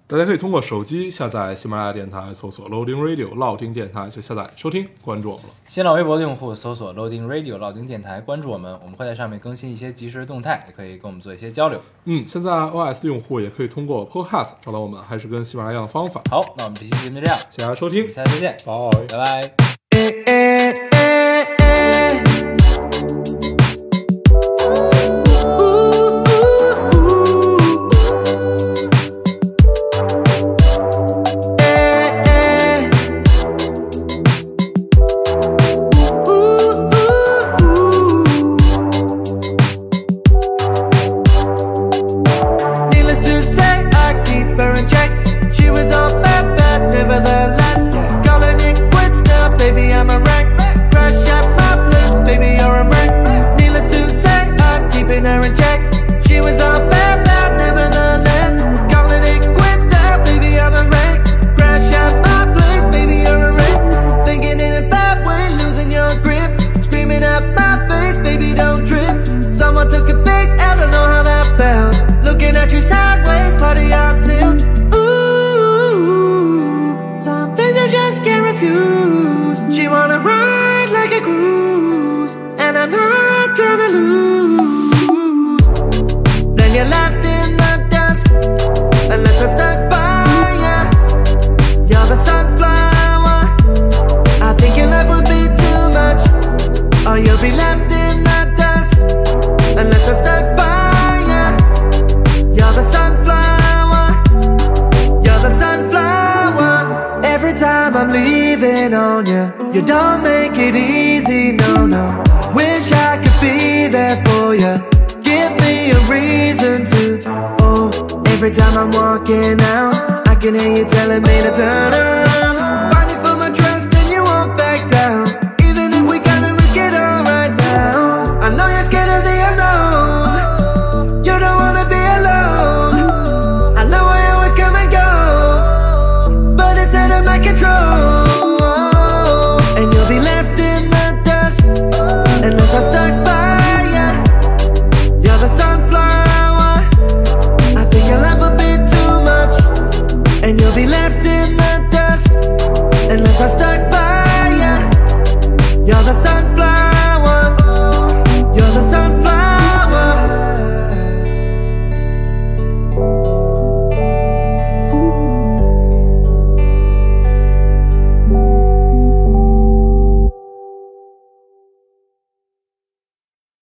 大家可以通过手机下载喜马拉雅电台，搜索 Loading Radio 老丁电台就下载收听，关注我们了。 新浪微博的用户搜索 Loading Radio 老丁电台，关注我们，我们会在上面更新一些即时的动态，也可以跟我们做一些交流。 嗯，现在 O S 的用户也可以通过 Podcast 找到我们，还是跟喜马拉雅一样的方法。 好，那我们这期节目就这样， 谢谢大家收听， 下期再见， 拜拜拜。 You don't make it easy, no, no. Wish I could be there for you. Give me a reason to. Oh, every time I'm walking out, I can hear you telling me to turn around. Find you for my trust and you won't back down. Even if we gotta risk it all right now. I know you're scared of the unknown. You don't wanna be alone. I know I always come and go, but it's out of my control. And you'll be left in the dust unless I stuck by ya. You're the sunflower. I think you'll ever be too much. And you'll be left in the dust unless I stuck by ya. You're the sunflower.